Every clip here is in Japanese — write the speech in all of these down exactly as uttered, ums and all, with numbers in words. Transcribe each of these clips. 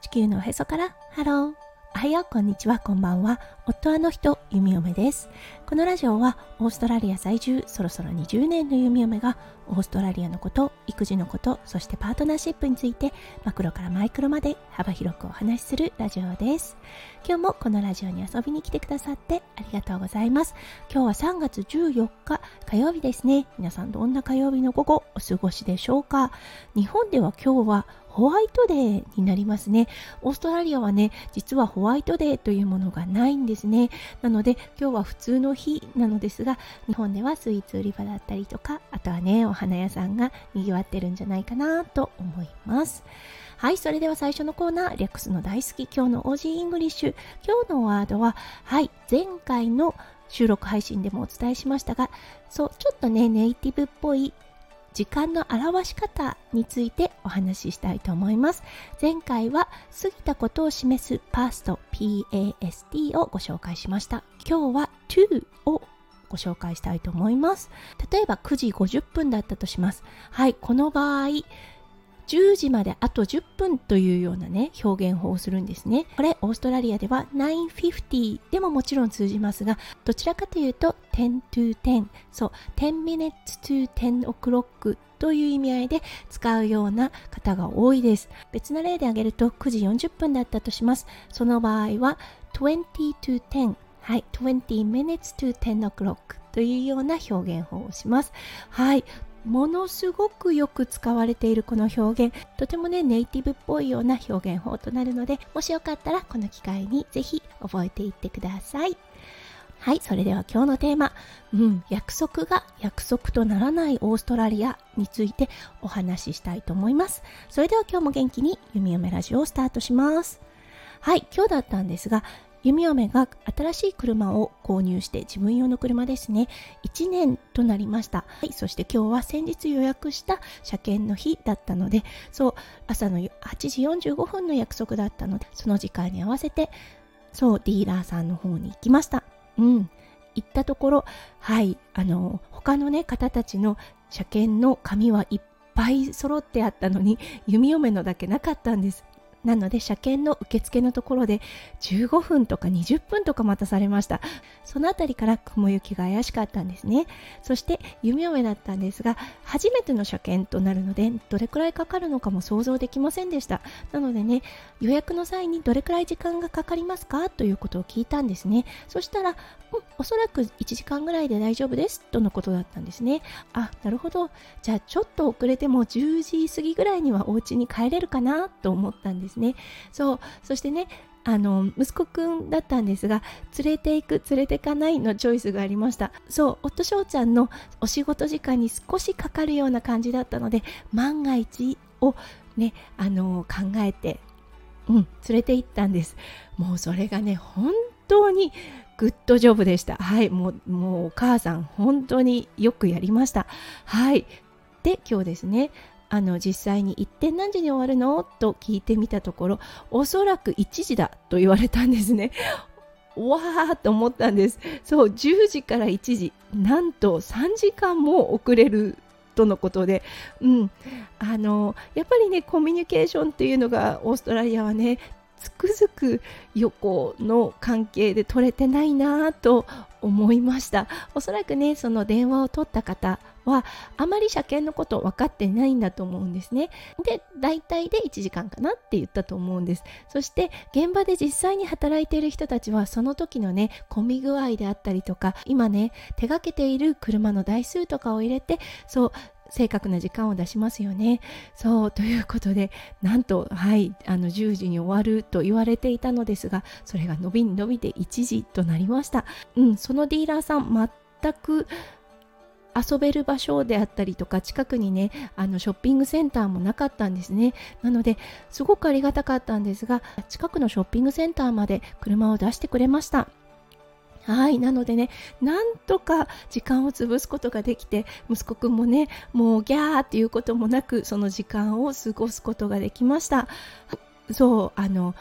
地球のおへそからハロー、おはよう、こんにちは、こんばんは。夫あの人、弓嫁です。このラジオはオーストラリア在住そろそろにじゅうねんの弓嫁がオーストラリアのこと、育児のこと、そしてパートナーシップについてマクロからマイクロまで幅広くお話しするラジオです。今日もこのラジオに遊びに来てくださってありがとうございます。今日はさんがつじゅうよっか火曜日ですね。皆さんどんな火曜日の午後お過ごしでしょうか。日本では今日はホワイトデーになりますね。オーストラリアはね、実はホワイトデーというものがないんですね。なので今日は普通の日なのですが、日本ではスイーツ売り場だったりとか、あとはね、お花屋さんが賑わってるんじゃないかなと思います。はい、それでは最初のコーナー、略すの大好き、今日の オージー イングリッシュ。今日のワードは、はい、前回の収録配信でもお伝えしましたが、そう、ちょっとね、ネイティブっぽい時間の表し方についてお話ししたいと思います。前回は過ぎたことを示すパスト ピー エー エス ティー をご紹介しました。今日は to をご紹介したいと思います。例えばくじごじゅっぷんだったとします。はい、この場合じゅうじまであとじゅっぷんというようなね表現法をするんですね。これオーストラリアでは ナインフィフティー でももちろん通じますが、どちらかというとテン to テン、そう テン minutes to テン o'clock という意味合いで使うような方が多いです。別な例で挙げるとくじよんじゅっぷんだったとします。その場合はトゥエンティ to テン、はい、トゥエンティ minutes to テン o'clock というような表現法をします。はい、ものすごくよく使われているこの表現、とてもねネイティブっぽいような表現法となるので、もしよかったらこの機会にぜひ覚えていってください。はい、それでは今日のテーマ、うん、約束が約束とならないオーストラリアについてお話ししたいと思います。それでは今日も元気に弓嫁ラジオをスタートします。はい、今日だったんですが、弓嫁が新しい車を購入して、自分用の車ですね、いちねんとなりました。はい、そして今日は先日予約した車検の日だったので、そう朝のはちじよんじゅうごふんの約束だったので、その時間に合わせてそうディーラーさんの方に行きました。うん、行ったところ、はいあの他のね方たちの車検の紙はいっぱい揃ってあったのに、弓嫁のだけなかったんです。なので車検の受付のところでじゅうごふんとかにじゅっぷんとか待たされました。そのあたりから雲行きが怪しかったんですね。そして弓嫁だったんですが、初めての車検となるのでどれくらいかかるのかも想像できませんでした。なのでね、予約の際にどれくらい時間がかかりますかということを聞いたんですね。そしたら、うん、おそらくいちじかんぐらいで大丈夫ですとのことだったんですね。あ、なるほど。じゃあちょっと遅れてもじゅうじ過ぎぐらいにはお家に帰れるかなと思ったんですね。そう、そしてね、あの息子くんだったんですが、連れて行く連れて行かないのチョイスがありました。そう、夫翔ちゃんのお仕事時間に少しかかるような感じだったので、万が一をねあの考えて、うん、連れて行ったんです。もうそれがね本当にグッドジョブでした。はい、もうもうお母さん本当によくやりました。はい、で今日ですね、あの実際に行って何時に終わるのと聞いてみたところ、おそらくいちじだと言われたんですね。わーと思ったんです。そう、じゅうじからいちじ、なんとさんじかんも遅れるとのことで、うん、あのやっぱりねコミュニケーションっていうのがオーストラリアはねつくづく横の関係で取れてないなと思いました。おそらくねその電話を取った方はあまり車検のこと分かってないんだと思うんですね。で、大体でいちじかんかなって言ったと思うんです。そして現場で実際に働いている人たちはその時のね混み具合であったりとか、今ね手がけている車の台数とかを入れて、そう正確な時間を出しますよね。そうということで、なんとはいあのじゅうじに終わると言われていたのですが、それが伸びに伸びていちじとなりました。うん、そのディーラーさん全く遊べる場所であったりとか、近くにねあのショッピングセンターもなかったんですね。なのですごくありがたかったんですが、近くのショッピングセンターまで車を出してくれました。はい、なのでね、なんとか時間を潰すことができて、息子くんもねもうギャーっていうこともなくその時間を過ごすことができました。そうあの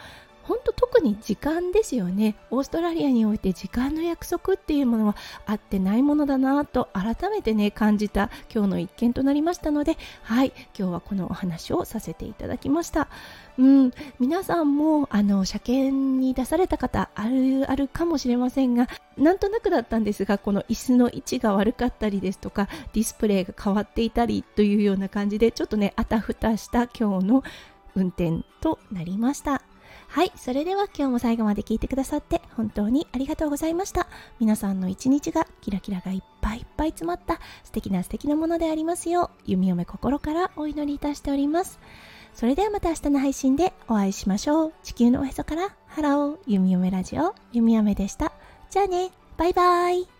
本当特に時間ですよね。オーストラリアにおいて時間の約束っていうものはあってないものだなと改めてね感じた今日の一件となりましたので、はい、今日はこのお話をさせていただきました。うん、皆さんもあの車検に出された方あるあるかもしれませんが、なんとなくだったんですが、この椅子の位置が悪かったりですとか、ディスプレイが変わっていたりというような感じで、ちょっとねあたふたした今日の運転となりました。はい、それでは今日も最後まで聞いてくださって本当にありがとうございました。皆さんの一日がキラキラがいっぱいいっぱい詰まった素敵な素敵なものでありますよう、弓嫁心からお祈りいたしております。それではまた明日の配信でお会いしましょう。地球のおへそからハロー、弓嫁ラジオ、弓嫁でした。じゃあね、バイバイ。